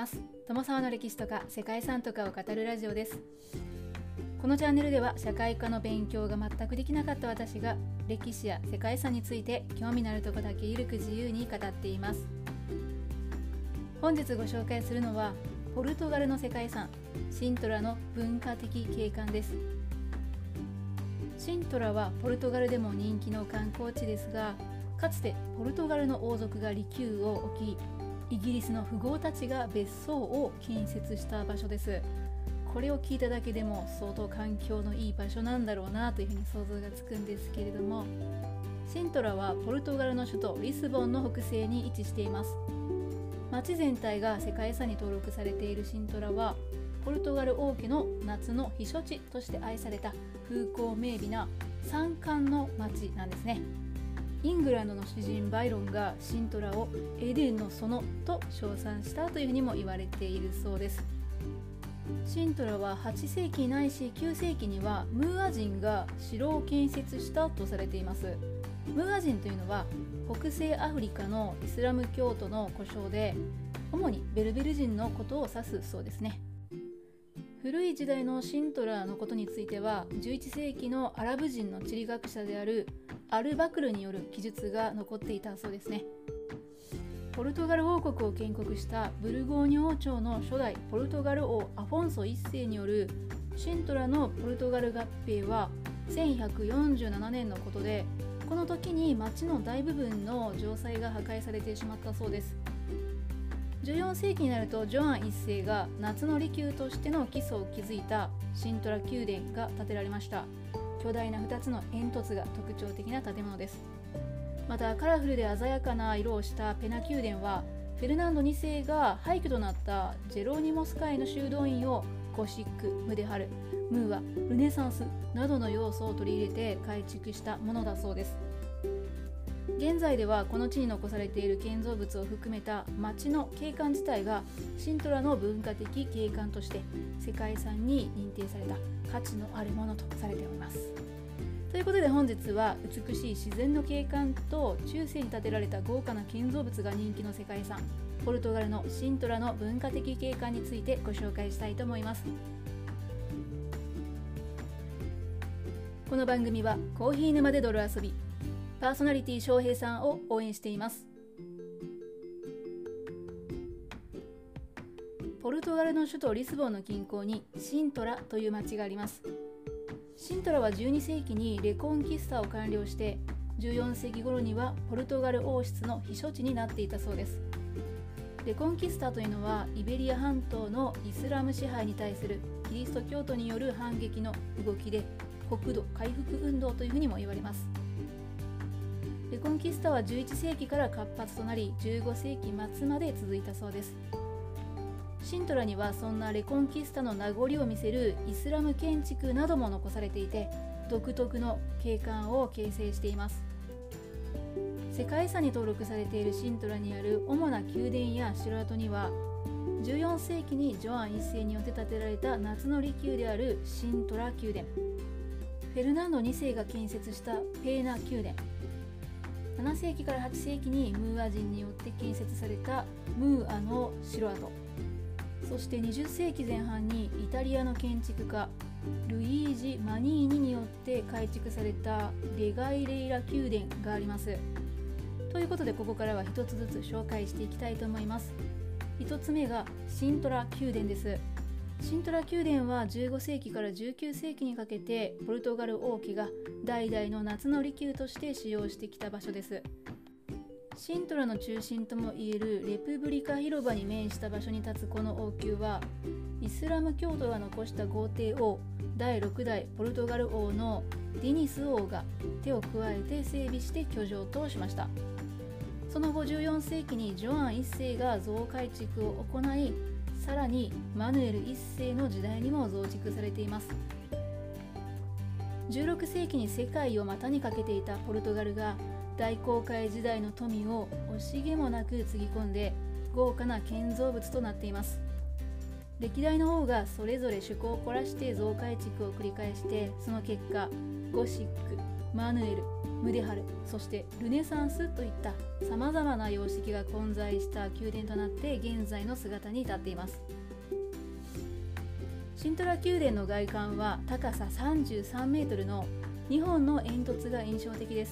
ます。友沢の歴史とか世界遺産とかを語るラジオです。このチャンネルでは社会科の勉強が全くできなかった私が歴史や世界遺産について興味のあるところだけゆるく自由に語っています。本日ご紹介するのはポルトガルの世界遺産シントラの文化的景観です。シントラはポルトガルでも人気の観光地ですが、かつてポルトガルの王族が離宮を置き、イギリスの富豪たちが別荘を建設した場所です。これを聞いただけでも相当環境のいい場所なんだろうなというふうに想像がつくんですけれども、シントラはポルトガルの首都リスボンの北西に位置しています。町全体が世界遺産に登録されているシントラはポルトガル王家の夏の避暑地として愛された風光明媚な山間の町なんですね。イングランドの詩人バイロンがシントラをエデンの園と称賛したというふうにも言われているそうです。シントラは8世紀ないし9世紀にはムーア人が城を建設したとされています。ムーア人というのは北西アフリカのイスラム教徒の呼称で、主にベルベル人のことを指すそうですね。古い時代のシントラのことについては11世紀のアラブ人の地理学者であるアルバクルによる記述が残っていたそうですね。ポルトガル王国を建国したブルゴーニュ王朝の初代ポルトガル王アフォンソ1世によるシントラのポルトガル合併は1147年のことで、この時に町の大部分の城塞が破壊されてしまったそうです。14世紀になるとジョアン1世が夏の離宮としての基礎を築いたシントラ宮殿が建てられました。巨大な2つの煙突が特徴的な建物です。またカラフルで鮮やかな色をしたペナ宮殿はフェルナンド2世が廃墟となったジェロニモス会の修道院をゴシック、ムデハル、ムーア、ルネサンスなどの要素を取り入れて改築したものだそうです。現在ではこの地に残されている建造物を含めた町の景観自体がシントラの文化的景観として世界遺産に認定された価値のあるものとされております。ということで本日は美しい自然の景観と中世に建てられた豪華な建造物が人気の世界遺産ポルトガルのシントラの文化的景観についてご紹介したいと思います。この番組はコーヒー沼で泥遊びパーソナリティ翔平さんを応援しています。ポルトガルの首都リスボンの近郊にシントラという町があります。シントラは12世紀にレコンキスタを完了して14世紀頃にはポルトガル王室の避暑地になっていたそうです。レコンキスタというのはイベリア半島のイスラム支配に対するキリスト教徒による反撃の動きで国土回復運動というふうにも言われます。レコンキスタは11世紀から活発となり15世紀末まで続いたそうです。シントラにはそんなレコンキスタの名残を見せるイスラム建築なども残されていて独特の景観を形成しています。世界遺産に登録されているシントラにある主な宮殿や城跡には14世紀にジョアン1世によって建てられた夏の離宮であるシントラ宮殿、フェルナンド2世が建設したペーナ宮殿、7世紀から8世紀にムーア人によって建設されたムーアの城跡、そして20世紀前半にイタリアの建築家ルイージ・マニーニによって改築されたレガイレイラ宮殿があります。ということでここからは一つずつ紹介していきたいと思います。一つ目がシントラ宮殿です。シントラ宮殿は15世紀から19世紀にかけてポルトガル王家が代々の夏の離宮として使用してきた場所です。シントラの中心ともいえるレプブリカ広場に面した場所に立つこの王宮はイスラム教徒が残した皇帝王第6代ポルトガル王のディニス王が手を加えて整備して居城としました。その後14世紀にジョアン1世が増改築を行い、さらにマヌエル1世の時代にも増築されています。16世紀に世界を股にかけていたポルトガルが大航海時代の富を惜しげもなくつぎ込んで豪華な建造物となっています。歴代の王がそれぞれ趣向を凝らして増改築を繰り返して、その結果ゴシック、 マヌエル、ムデハル、そしてルネサンスといったさまざまな様式が混在した宮殿となって現在の姿に至っています。シントラ宮殿の外観は高さ33メートルの2本の煙突が印象的です。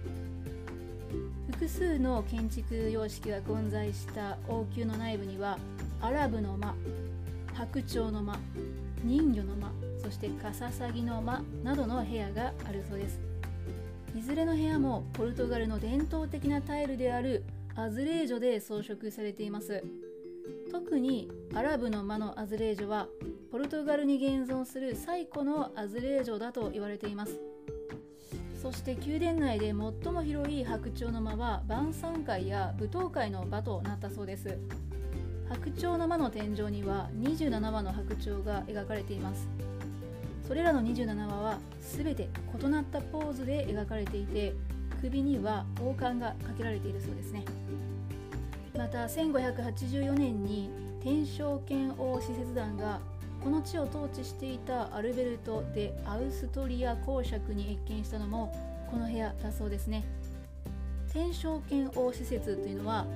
複数の建築様式が混在した王宮の内部にはアラブの間、白鳥の間、人魚の間、そしてカササギの間などの部屋があるそうです。いずれの部屋もポルトガルの伝統的なタイルであるアズレージョで装飾されています。特にアラブの間のアズレージョはポルトガルに現存する最古のアズレージョだと言われています。そして宮殿内で最も広い白鳥の間は晩餐会や舞踏会の場となったそうです。白鳥の間の天井には27羽の白鳥が描かれています。それらの27羽は全て異なったポーズで描かれていて、首には王冠がかけられているそうですね。また1584年に天正剣王使節団がこの地を統治していたアルベルト・デ・アウストリア公爵に謁見したのもこの部屋だそうですね。天正剣王使節というのは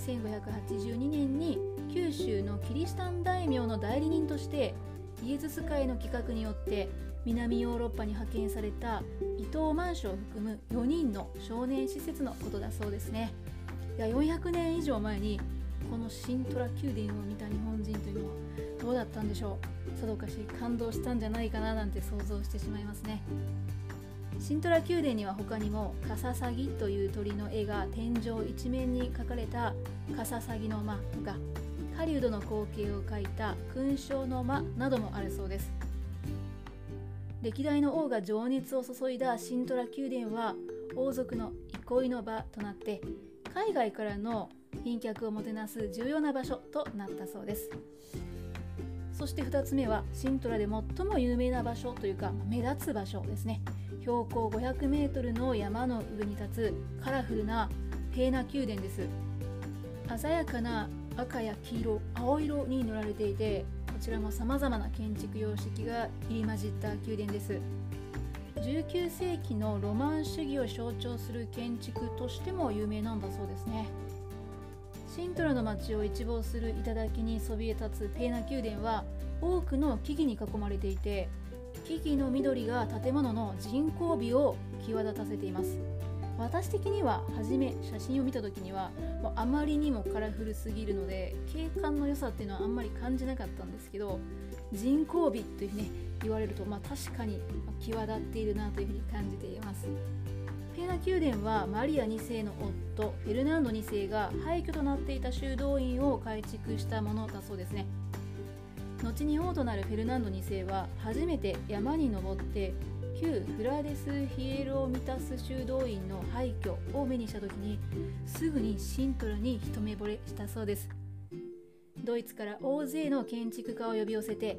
1582年に九州のキリシタン大名の代理人としてイエズス会の企画によって南ヨーロッパに派遣された伊藤満州を含む4人の少年施設のことだそうですね。いや、400年以上前にこのシントラ宮殿を見た日本人というのはどうだったんでしょう。さぞかし感動したんじゃないかななんて想像してしまいますね。シントラ宮殿には他にもカササギという鳥の絵が天井一面に描かれたカササギの間とか、狩人の光景を描いた勲章の間などもあるそうです。歴代の王が情熱を注いだシントラ宮殿は王族の憩いの場となって海外からの賓客をもてなす重要な場所となったそうです。そして2つ目はシントラで最も有名な場所というか目立つ場所ですね。標高500メートルの山の上に立つカラフルなペーナ宮殿です。鮮やかな赤や黄色、青色に塗られていて、こちらも様々な建築様式が入り混じった宮殿です。19世紀のロマン主義を象徴する建築としても有名なんだそうですね。シントラの街を一望する頂にそびえ立つペーナ宮殿は多くの木々に囲まれていて、木々の緑が建物の人工美を際立たせています。私的には初め写真を見た時にはもうあまりにもカラフルすぎるので景観の良さっていうのはあんまり感じなかったんですけど、人工美というふうに言われると確かに際立っているなというふうに感じています。ペーナ宮殿はマリア2世の夫フェルナンド2世が廃墟となっていた修道院を改築したものだそうですね。後に王となるフェルナンド2世は初めて山に登って旧フラデス・ヒエロミタス修道院の廃墟を目にした時にすぐにシントラに一目惚れしたそうです。ドイツから大勢の建築家を呼び寄せて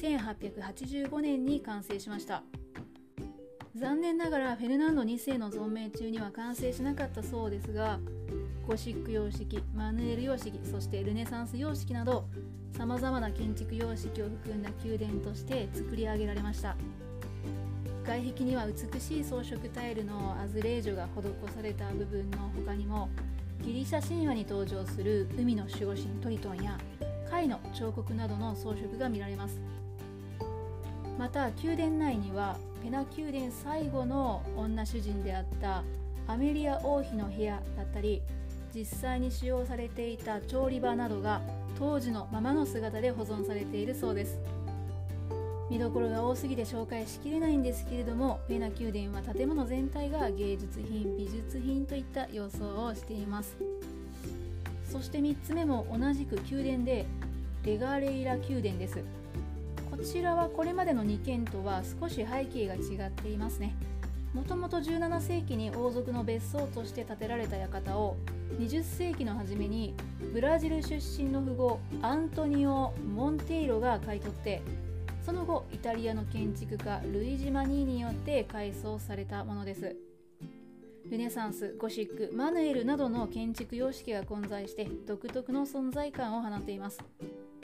1885年に完成しました。残念ながらフェルナンド2世の存命中には完成しなかったそうですが、ゴシック様式、マヌエル様式、そしてルネサンス様式などさまざまな建築様式を含んだ宮殿として作り上げられました。外壁には美しい装飾タイルのアズレージョが施された部分の他にもギリシャ神話に登場する海の守護神トリトンや貝の彫刻などの装飾が見られます。また宮殿内にはペナ宮殿最後の女主人であったアメリア王妃の部屋だったり、実際に使用されていた調理場などが当時のままの姿で保存されているそうです。見どころが多すぎて紹介しきれないんですけれども、ペナ宮殿は建物全体が芸術品、美術品といった様相をしています。そして3つ目も同じく宮殿でレガレイラ宮殿です。こちらはこれまでの2軒とは少し背景が違っていますね。もともと17世紀に王族の別荘として建てられた館を20世紀の初めにブラジル出身の富豪アントニオ・モンテイロが買い取って、その後イタリアの建築家ルイジ・マニーニによって改装されたものです。ルネサンス、ゴシック、マヌエルなどの建築様式が混在して独特の存在感を放っています。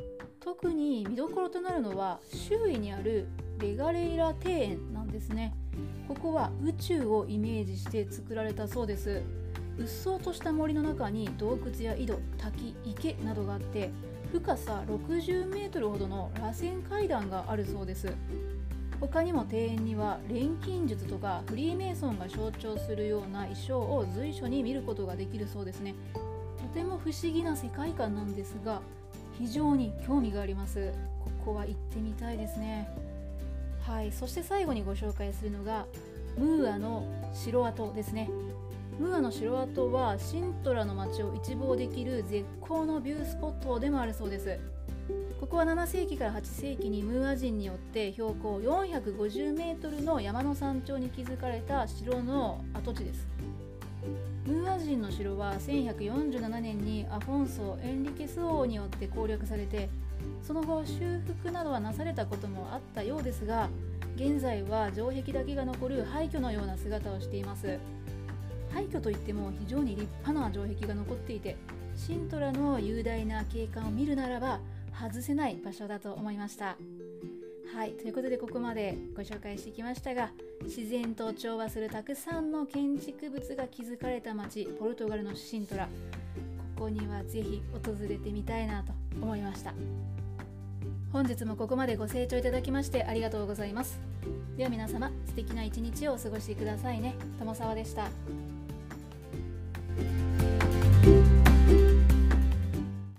特に見どころとなるのは周囲にあるレガレイラ庭園なんですね。 ここは宇宙をイメージして作られたそうです。うっそうとした森の中に洞窟や井戸、滝、池などがあって、深さ60メートルほどの螺旋階段があるそうです。他にも庭園には錬金術とかフリーメイソンが象徴するような衣装を随所に見ることができるそうですね。とても不思議な世界観なんですが、非常に興味があります。ここは行ってみたいですね。はい、そして最後にご紹介するのがムーアの城跡ですね。ムーアの城跡はシントラの街を一望できる絶好のビュースポットでもあるそうです。ここは7世紀から8世紀にムーア人によって標高450メートルの山の山頂に築かれた城の跡地です。ムーア人の城は1147年にアフォンソ・エンリケス王によって攻略されて、その後修復などはなされたこともあったようですが、現在は城壁だけが残る廃墟のような姿をしています。廃墟といっても非常に立派な城壁が残っていて、シントラの雄大な景観を見るならば外せない場所だと思いました。はい、ということでここまでご紹介してきましたが、自然と調和するたくさんの建築物が築かれた街、ポルトガルのシントラ、ここにはぜひ訪れてみたいなと思いました。本日もここまでご清聴いただきましてありがとうございます。では皆様、素敵な一日をお過ごしくださいね。友沢でした。